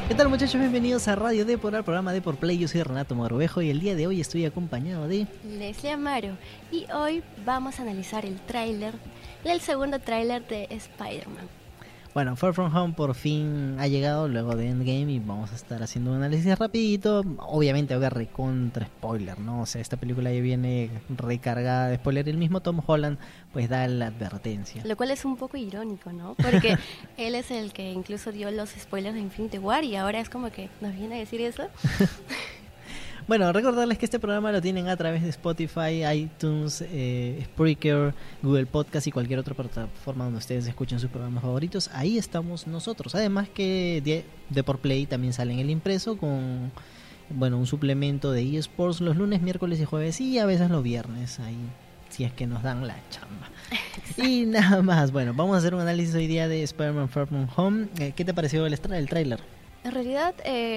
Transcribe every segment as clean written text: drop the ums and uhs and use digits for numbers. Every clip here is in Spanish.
¿Qué tal, muchachos? Bienvenidos a Radio Depor, al programa Depor Play. Yo soy Renato Mogrovejo y el día de hoy estoy acompañado de Leslie Amaro, y hoy vamos a analizar el segundo tráiler de Spider-Man. Bueno, Far From Home por fin ha llegado luego de Endgame y vamos a estar haciendo un análisis rapidito. Obviamente va a haber recontra spoiler, ¿no? O sea, esta película ya viene recargada de spoiler. El mismo Tom Holland pues da la advertencia. Lo cual es un poco irónico, ¿no? Porque él es el que incluso dio los spoilers de Infinity War y ahora es como que nos viene a decir eso. Bueno, recordarles que este programa lo tienen a través de Spotify, iTunes, Spreaker, Google Podcast y cualquier otra plataforma donde ustedes escuchen sus programas favoritos. Ahí estamos nosotros. Además que Depor Play también sale en el impreso con un suplemento de eSports los lunes, miércoles y jueves y a veces los viernes, ahí si es que nos dan la chamba. Exacto. Y nada más. Bueno, vamos a hacer un análisis hoy día de Spider-Man Far From Home. ¿Qué te pareció el tráiler? En realidad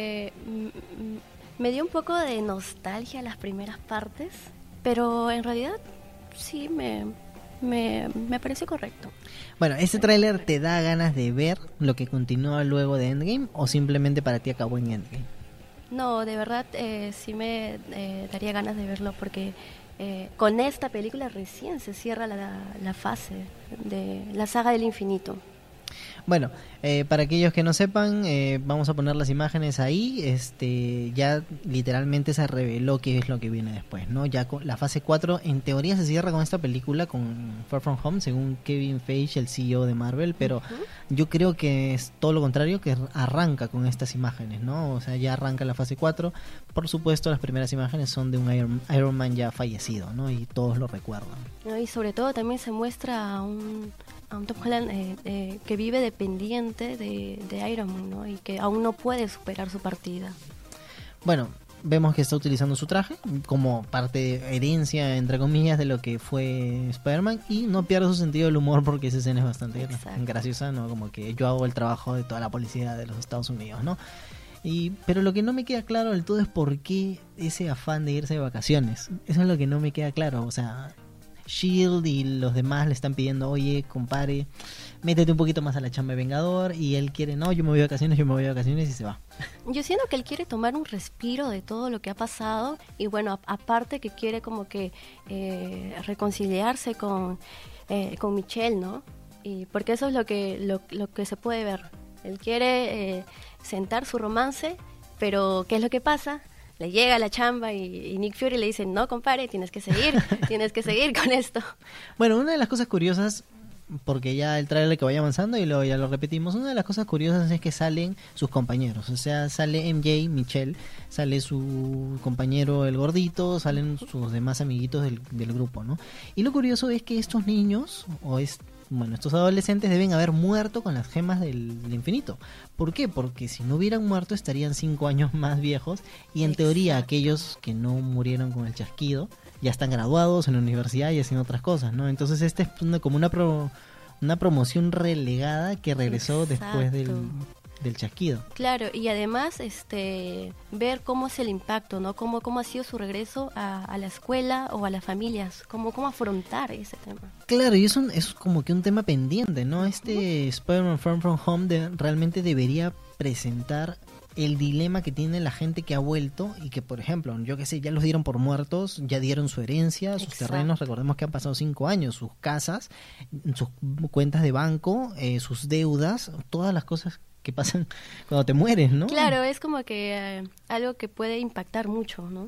me dio un poco de nostalgia las primeras partes, pero en realidad sí me pareció correcto. Bueno, ¿este tráiler te da ganas de ver lo que continúa luego de Endgame o simplemente para ti acabó en Endgame? No, de verdad sí me daría ganas de verlo porque con esta película recién se cierra la fase de la saga del infinito. Bueno, para aquellos que no sepan, vamos a poner las imágenes ahí. Ya literalmente se reveló qué es lo que viene después, ¿no? Ya con la fase 4 en teoría se cierra con esta película, con Far From Home, según Kevin Feige, el CEO de Marvel, pero yo creo que es todo lo contrario, que arranca con estas imágenes, ¿no? O sea, ya arranca la fase 4. Por supuesto, las primeras imágenes son de un Iron Man ya fallecido, ¿no? Y todos lo recuerdan. Y sobre todo también se muestra a un Tom Holland que vive dependiente de Iron Man, ¿no? Y que aún no puede superar su partida. Bueno, vemos que está utilizando su traje como parte de herencia, entre comillas, de lo que fue Spider-Man, y no pierde su sentido del humor porque esa escena es bastante graciosa, ¿no? Como que yo hago el trabajo de toda la policía de los Estados Unidos, ¿no? Pero lo que no me queda claro del todo es por qué ese afán de irse de vacaciones. Eso es lo que no me queda claro. O sea, Shield y los demás le están pidiendo, oye, compadre, métete un poquito más a la chamba de Vengador, y él quiere, no, yo me voy de vacaciones y se va. Yo siento que él quiere tomar un respiro de todo lo que ha pasado y bueno, aparte que quiere como que reconciliarse con Michelle, ¿no? Y porque eso es lo que se puede ver. Él quiere sentar su romance, pero ¿qué es lo que pasa? Le llega la chamba y Nick Fury le dice, no, compadre, tienes que seguir con esto. Bueno, una de las cosas curiosas, porque ya el trailer que vaya avanzando y luego ya lo repetimos, una de las cosas curiosas es que salen sus compañeros, o sea, sale MJ, Michelle, sale su compañero el gordito, salen sus demás amiguitos del grupo, ¿no? Y lo curioso es que estos niños, estos adolescentes deben haber muerto con las gemas del infinito. ¿Por qué? Porque si no hubieran muerto estarían 5 años más viejos y en teoría aquellos que no murieron con el chasquido ya están graduados en la universidad y haciendo otras cosas, ¿no? Entonces es como una promoción relegada que regresó después del chasquido. Claro, y además ver cómo es el impacto, ¿no? Cómo ha sido su regreso a la escuela o a las familias, cómo afrontar ese tema. Claro, y eso es como que un tema pendiente, ¿no? Spider-Man Far From Home realmente debería presentar el dilema que tiene la gente que ha vuelto y que, por ejemplo, yo que sé, ya los dieron por muertos, ya dieron su herencia, sus terrenos, recordemos que han pasado 5 años, sus casas, sus cuentas de banco, sus deudas, todas las cosas que pasan cuando te mueres, ¿no? Claro, es como que algo que puede impactar mucho, ¿no?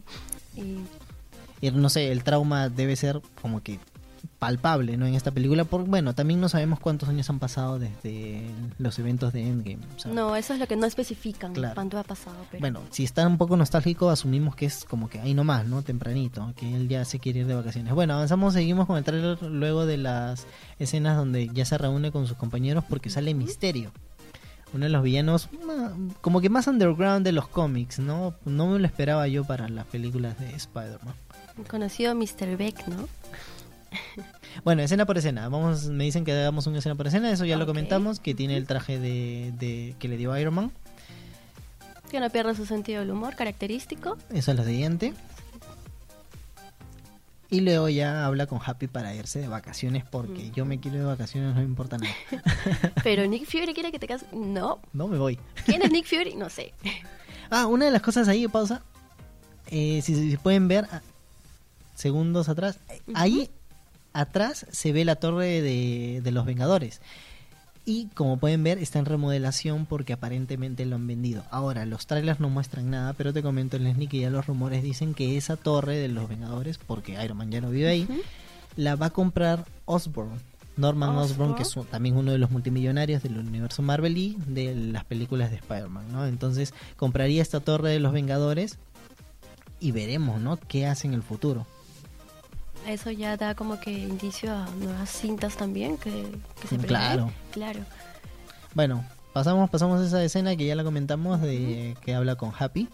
Y no sé, el trauma debe ser como que palpable, ¿no? En esta película, también no sabemos cuántos años han pasado desde los eventos de Endgame, ¿sabes? No, eso es lo que no especifican, claro. Cuánto ha pasado. Pero... Bueno, si está un poco nostálgico, asumimos que es como que ahí nomás, ¿no? Tempranito, que él ya se quiere ir de vacaciones. Bueno, avanzamos, seguimos con el trailer luego de las escenas donde ya se reúne con sus compañeros porque sale Misterio. Uno de los villanos como que más underground de los cómics, ¿no? No me lo esperaba yo para las películas de Spider-Man. Conocido Mr. Beck, ¿no? Bueno, escena por escena. Me dicen que hagamos una escena por escena, eso ya lo comentamos, que tiene el traje de que le dio Iron Man. Que no pierde su sentido del humor característico. Eso es lo siguiente. Y luego ya habla con Happy para irse de vacaciones porque yo me quiero ir de vacaciones, no me importa nada. Pero Nick Fury quiere que te cases. No. No me voy. ¿Quién es Nick Fury? No sé. Una de las cosas ahí, pausa. Si pueden ver, segundos atrás, ahí atrás se ve la torre de los Vengadores. Y como pueden ver, está en remodelación porque aparentemente lo han vendido. Ahora, los trailers no muestran nada, pero te comento, Leslie, que ya los rumores dicen que esa torre de los Vengadores, porque Iron Man ya no vive ahí, la va a comprar Osborn. Norman Osborn, que es también uno de los multimillonarios del universo Marvel y de las películas de Spider-Man, ¿no? Entonces, compraría esta torre de los Vengadores y veremos, ¿no? ¿Qué hace en el futuro? Eso ya da como que indicio a nuevas cintas también que se prevén. Claro. Bueno, pasamos esa escena que ya la comentamos de que habla con Happy.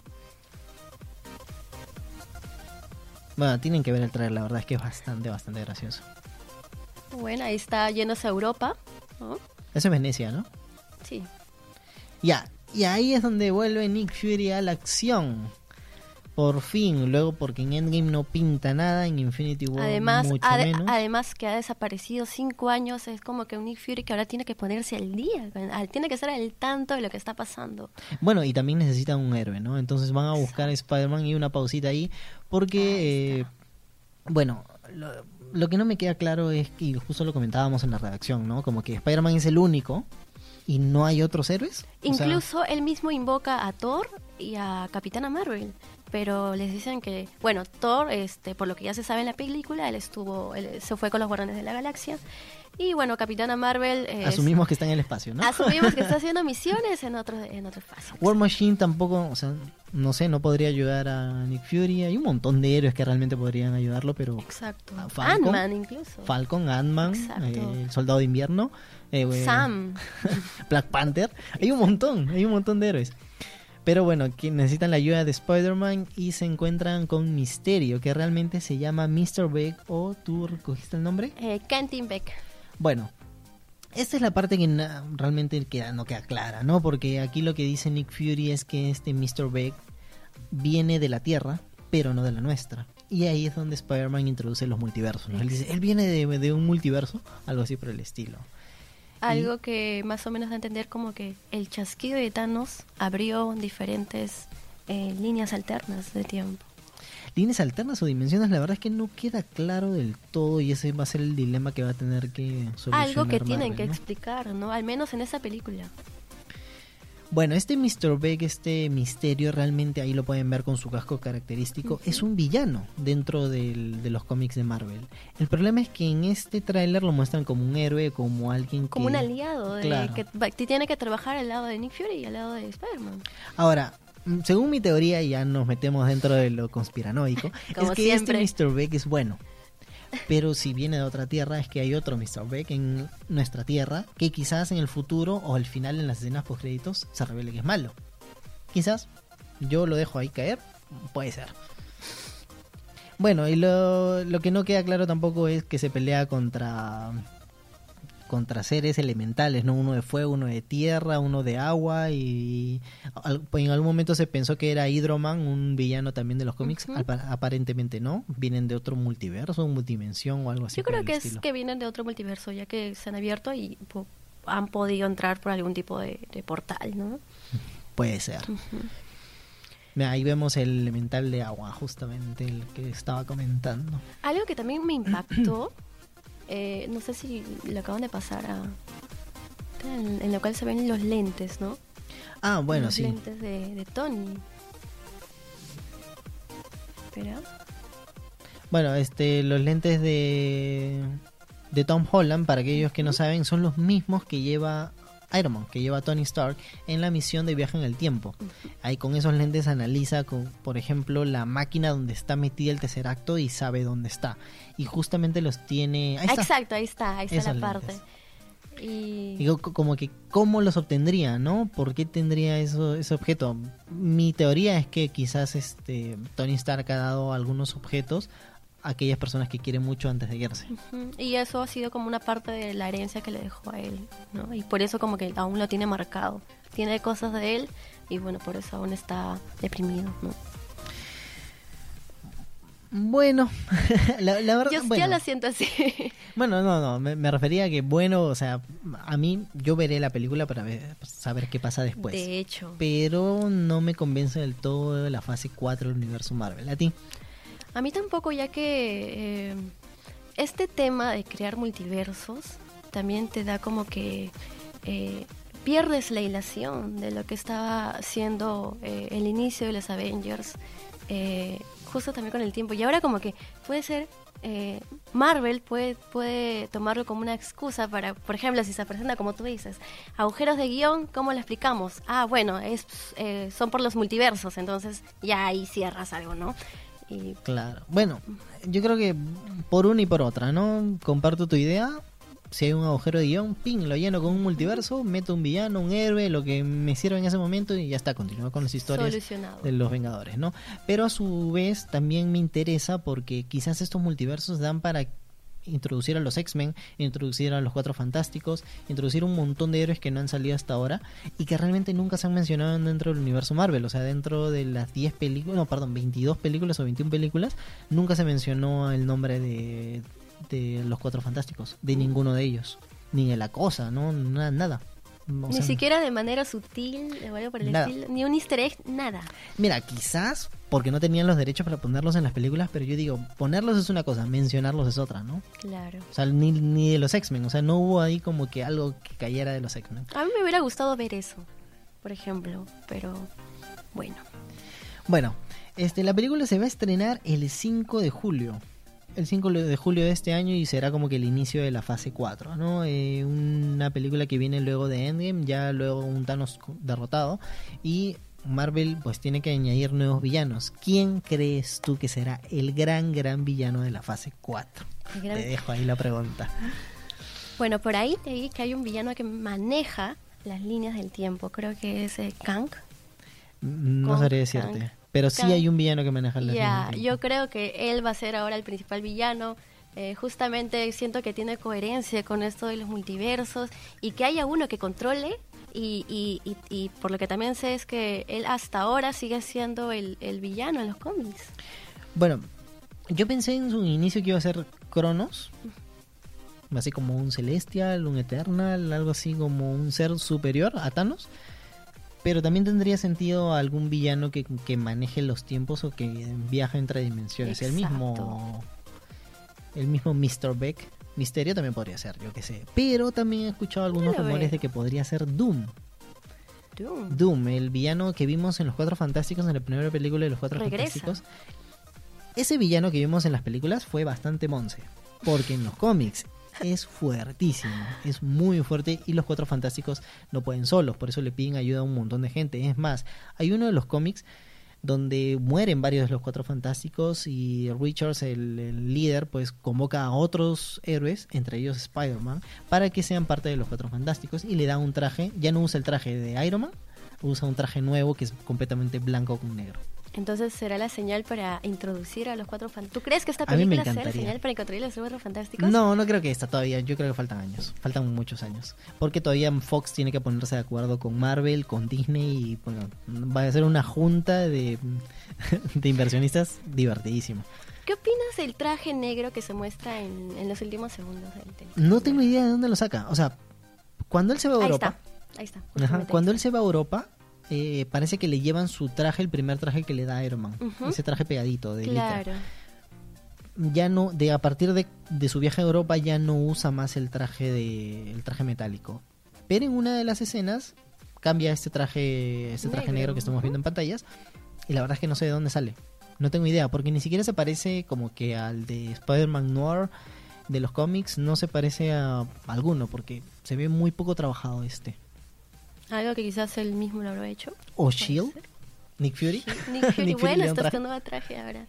Bueno, tienen que ver el trailer, la verdad es que es bastante gracioso. Bueno, ahí está yéndose a Europa, ¿no? Eso es Venecia, ¿no? Sí. Ya, y ahí es donde vuelve Nick Fury a la acción. Por fin, luego porque en Endgame no pinta nada, en Infinity War mucho menos. Además que ha desaparecido 5 años, es como que un Nick Fury que ahora tiene que ponerse al día, tiene que estar al tanto de lo que está pasando. Bueno, y también necesitan un héroe, ¿no? Entonces van a buscar a Spider-Man y una pausita ahí, porque, bueno, lo que no me queda claro es que, justo lo comentábamos en la redacción, ¿no? Como que Spider-Man es el único y no hay otros héroes. Incluso él mismo invoca a Thor y a Capitana Marvel. Pero les dicen que, bueno, Thor, por lo que ya se sabe en la película, él se fue con los Guardianes de la Galaxia. Y bueno, Capitana Marvel... asumimos que está en el espacio, ¿no? Asumimos que está haciendo misiones en otro espacio. War Machine tampoco, o sea, no sé, no podría ayudar a Nick Fury. Hay un montón de héroes que realmente podrían ayudarlo, pero... Exacto. Ant-Man incluso. Falcon, Ant-Man, el Soldado de Invierno. Sam. Black Panther. Hay un montón de héroes. Pero bueno, que necesitan la ayuda de Spider-Man y se encuentran con Misterio, que realmente se llama Mr. Beck, o ¿tú recogiste el nombre? Quentin Beck. Bueno, esta es la parte que realmente no queda clara, ¿no? Porque aquí lo que dice Nick Fury es que este Mr. Beck viene de la Tierra, pero no de la nuestra. Y ahí es donde Spider-Man introduce los multiversos, ¿no? Él dice, él viene de un multiverso, algo así por el estilo. Algo que más o menos da a entender como que el chasquido de Thanos abrió diferentes líneas alternas de tiempo. Líneas alternas o dimensiones, la verdad es que no queda claro del todo y ese va a ser el dilema que va a tener que solucionar algo que tienen Marvel, que ¿no? explicar, ¿no? Al menos en esa película. Bueno, este Mr. Beck, este Misterio, realmente ahí lo pueden ver con su casco característico, es un villano dentro de los cómics de Marvel. El problema es que en este tráiler lo muestran como un héroe, como alguien que... Como un aliado, claro, que tiene que trabajar al lado de Nick Fury y al lado de Spider-Man. Ahora, según mi teoría, ya nos metemos dentro de lo conspiranoico, es que siempre. este Mr. Beck es bueno. Pero si viene de otra tierra, es que hay otro Mr. Beck en nuestra tierra que quizás en el futuro o al final en las escenas postcréditos se revele que es malo. Quizás, yo lo dejo ahí caer, puede ser. Bueno, y lo que no queda claro tampoco es que se pelea contra seres elementales, ¿no? Uno de fuego, uno de tierra, uno de agua y en algún momento se pensó que era Hydro-Man, un villano también de los cómics. Aparentemente no, vienen de otro multiverso, multidimensión o algo así. Yo creo que es que vienen de otro multiverso, ya que se han abierto y han podido entrar por algún tipo de portal, ¿no? Puede ser. Mira, ahí vemos el elemental de agua, justamente el que estaba comentando. Algo que también me impactó, no sé si lo acaban de pasar en lo cual se ven los lentes, ¿no? Ah, bueno, los sí. Los lentes de Tony. Espera. Bueno, los lentes de Tom Holland, para aquellos que no saben, son los mismos que lleva Iron Man, que lleva Tony Stark en la misión de viaje en el tiempo. Ahí con esos lentes analiza, por ejemplo, la máquina donde está metida el Tesseracto y sabe dónde está. Y justamente los tiene... Ahí está. Exacto, ahí está esos la parte. Lentes. Y digo, como que cómo los obtendría, ¿no? ¿Por qué tendría ese objeto? Mi teoría es que quizás Tony Stark ha dado algunos objetos a aquellas personas que quiere mucho antes de irse. Y eso ha sido como una parte de la herencia que le dejó a él, ¿no? Y por eso como que aún lo tiene marcado. Tiene cosas de él y bueno, por eso aún está deprimido, ¿no? Bueno, la verdad... Yo bueno. ya la siento así. Bueno, no, me refería a que, bueno, o sea, a mí yo veré la película para saber qué pasa después. De hecho. Pero no me convence del todo la fase 4 del universo Marvel. ¿A ti? A mí tampoco, ya que este tema de crear multiversos también te da como que pierdes la hilación de lo que estaba siendo el inicio de los Avengers, justo también con el tiempo. Y ahora como que puede ser, Marvel puede tomarlo como una excusa para, por ejemplo, si se presenta, como tú dices, agujeros de guión, ¿cómo lo explicamos? Ah, bueno, son por los multiversos, entonces ya ahí cierras algo, ¿no? Y... Claro. Bueno, yo creo que por una y por otra, ¿no? Comparto tu idea. Si hay un agujero de guión, ping, lo lleno con un multiverso, meto un villano, un héroe, lo que me sirva en ese momento y ya está, continúo con las historias de los Vengadores, ¿no? Pero a su vez también me interesa porque quizás estos multiversos dan para introducir a los X-Men, introducir a los Cuatro Fantásticos, introducir un montón de héroes que no han salido hasta ahora y que realmente nunca se han mencionado dentro del universo Marvel, o sea, dentro de las 10 películas, no, perdón, 22 películas o 21 películas, nunca se mencionó el nombre de los Cuatro Fantásticos, de ninguno de ellos, ni de la cosa, ¿no? Nada. Ni siquiera de manera sutil, o algo por el estilo, ni un easter egg, nada. Mira, quizás porque no tenían los derechos para ponerlos en las películas, pero yo digo, ponerlos es una cosa, mencionarlos es otra, ¿no? Claro. O sea, ni de los X-Men, o sea, no hubo ahí como que algo que cayera de los X-Men. A mí me hubiera gustado ver eso, por ejemplo, pero bueno. Bueno, la película se va a estrenar el 5 de julio. El 5 de julio de este año y será como que el inicio de la fase 4, ¿no? Una película que viene luego de Endgame, ya luego un Thanos derrotado y Marvel pues tiene que añadir nuevos villanos. ¿Quién crees tú que será el gran villano de la fase 4? Te dejo ahí la pregunta. Bueno, por ahí te vi que hay un villano que maneja las líneas del tiempo, creo que es Kang. No sabría decirte. Pero sí hay un villano que maneja las líneas. Yo creo que él va a ser ahora el principal villano. Justamente siento que tiene coherencia con esto de los multiversos y que haya uno que controle y por lo que también sé es que él hasta ahora sigue siendo el villano en los cómics. Bueno, yo pensé en su inicio que iba a ser Cronos, así como un Celestial, un Eternal, algo así como un ser superior a Thanos. Pero también tendría sentido algún villano que maneje los tiempos o que viaje entre dimensiones. Exacto. El mismo Mr. Beck. Misterio también podría ser, yo qué sé. Pero también he escuchado algunos rumores de que podría ser Doom. Doom, el villano que vimos en Los Cuatro Fantásticos, en la primera película de Los Cuatro Fantásticos. Ese villano que vimos en las películas fue bastante monce. Porque en los cómics es fuertísimo, es muy fuerte y los Cuatro Fantásticos no pueden solos, por eso le piden ayuda a un montón de gente. Es más, hay uno de los cómics donde mueren varios de los Cuatro Fantásticos y Richards, el líder, pues convoca a otros héroes, entre ellos Spider-Man, para que sean parte de los Cuatro Fantásticos y le da un traje, ya no usa el traje de Iron Man, usa un traje nuevo que es completamente blanco con negro. Entonces será la señal para introducir a los Cuatro Fantásticos. ¿Tú crees que esta película será la señal para introducir a los Cuatro Fantásticos? No creo que esta todavía. Yo creo que faltan años. Faltan muchos años. Porque todavía Fox tiene que ponerse de acuerdo con Marvel, con Disney y bueno, va a ser una junta de inversionistas divertidísimo. ¿Qué opinas del traje negro que se muestra en los últimos segundos del tema? No tengo idea de dónde lo saca. O sea, cuando él se va a Europa... Ahí está. Cuando él se va a Europa... parece que le llevan su traje, el primer traje que le da Iron Man, ese traje pegadito de claro. Ya no, a partir de su viaje a Europa ya no usa más el traje metálico. Pero en una de las escenas cambia este traje negro que estamos viendo en pantallas y la verdad es que no sé de dónde sale. No tengo idea, porque ni siquiera se parece como que al de Spider-Man Noir de los cómics, no se parece a alguno porque se ve muy poco trabajado Algo que quizás él mismo lo habrá hecho. ¿O Shield? ¿Nick Fury? Nick Fury, bueno, está este nuevo traje ahora.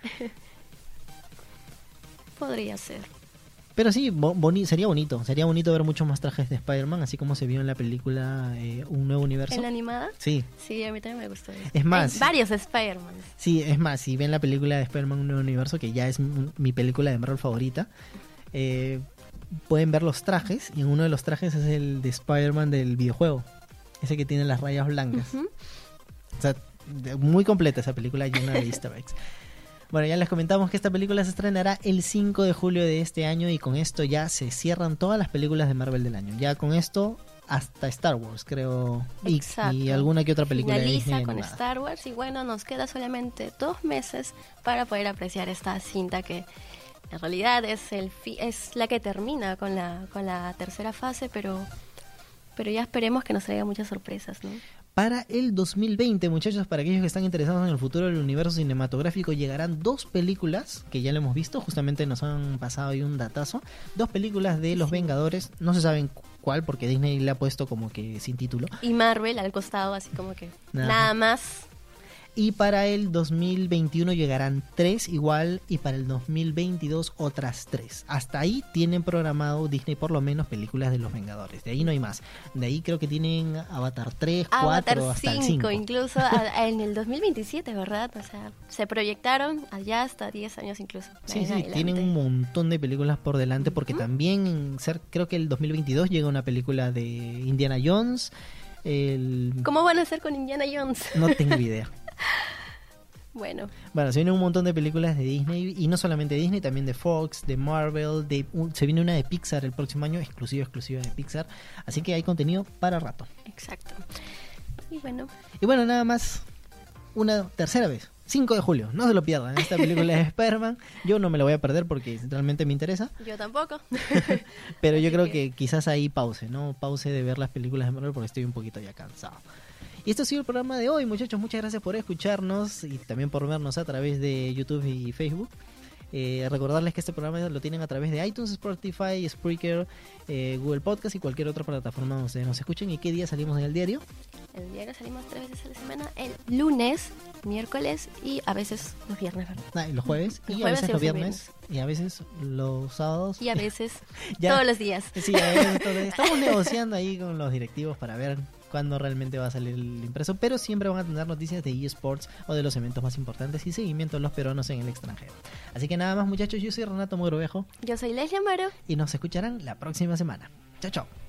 Podría ser. Pero sí, sería bonito ver muchos más trajes de Spider-Man, así como se vio en la película Un Nuevo Universo. ¿En la animada? Sí. Sí, a mí también me gustó eso. Es más... Hay varios Spider-Man. Sí, es más, si ven la película de Spider-Man Un Nuevo Universo, que ya es mi película de Marvel favorita, pueden ver los trajes, y uno de los trajes es el de Spider-Man del videojuego. Ese que tiene las rayas blancas. O sea, muy completa esa película, llena de easter eggs. Bueno, ya les comentamos que esta película se estrenará el 5 de julio de este año y con esto ya se cierran todas las películas de Marvel del año. Ya con esto hasta Star Wars, creo, y alguna que otra película de Disney finaliza con animada. Star Wars y bueno, nos queda solamente 2 meses para poder apreciar esta cinta que en realidad es la que termina con la tercera fase, pero ya esperemos que nos traiga muchas sorpresas, ¿no? Para el 2020, muchachos, para aquellos que están interesados en el futuro del universo cinematográfico, llegarán 2 películas que ya lo hemos visto, justamente nos han pasado ahí un datazo, 2 películas de Los Vengadores, no se saben cuál porque Disney le ha puesto como que sin título. Y Marvel al costado, así como que nada más. Y para el 2021 llegarán 3 igual, y para el 2022 otras 3. Hasta ahí tienen programado Disney por lo menos películas de Los Vengadores. De ahí no hay más. De ahí creo que tienen Avatar 3, 4, Avatar hasta el 5. Incluso en el 2027, ¿verdad? O sea, se proyectaron allá hasta 10 años incluso. Sí, tienen un montón de películas por delante porque también creo que el 2022 llega una película de Indiana Jones. ¿Cómo van a hacer con Indiana Jones? No tengo idea. Bueno, se vienen un montón de películas de Disney, y no solamente de Disney, también de Fox, de Marvel, se viene una de Pixar el próximo año, exclusiva de Pixar, así que hay contenido para rato. Exacto. Y bueno, nada más, una tercera vez, 5 de julio, no se lo pierdan, esta película de Spider-Man, yo no me la voy a perder porque realmente me interesa. Yo tampoco. Pero yo creo que quizás ahí pause de ver las películas de Marvel porque estoy un poquito ya cansado. Y esto ha sido el programa de hoy, muchachos. Muchas gracias por escucharnos y también por vernos a través de YouTube y Facebook. Recordarles que este programa lo tienen a través de iTunes, Spotify, Spreaker, Google Podcast y cualquier otra plataforma donde ustedes nos escuchen. ¿Y qué día salimos del diario? El diario salimos 3 veces a la semana, el lunes, miércoles y a veces los viernes, ¿verdad? Y los jueves, y a veces los viernes, y a veces los sábados. Y a veces todos los días. Sí, a veces estamos negociando ahí con los directivos para ver cuándo realmente va a salir el impreso, pero siempre van a tener noticias de eSports o de los eventos más importantes y seguimiento de los peruanos en el extranjero. Así que nada más, muchachos, yo soy Renato Mogrovejo. Yo soy Leslie Amaro. Y nos escucharán la próxima semana. Chao, chao.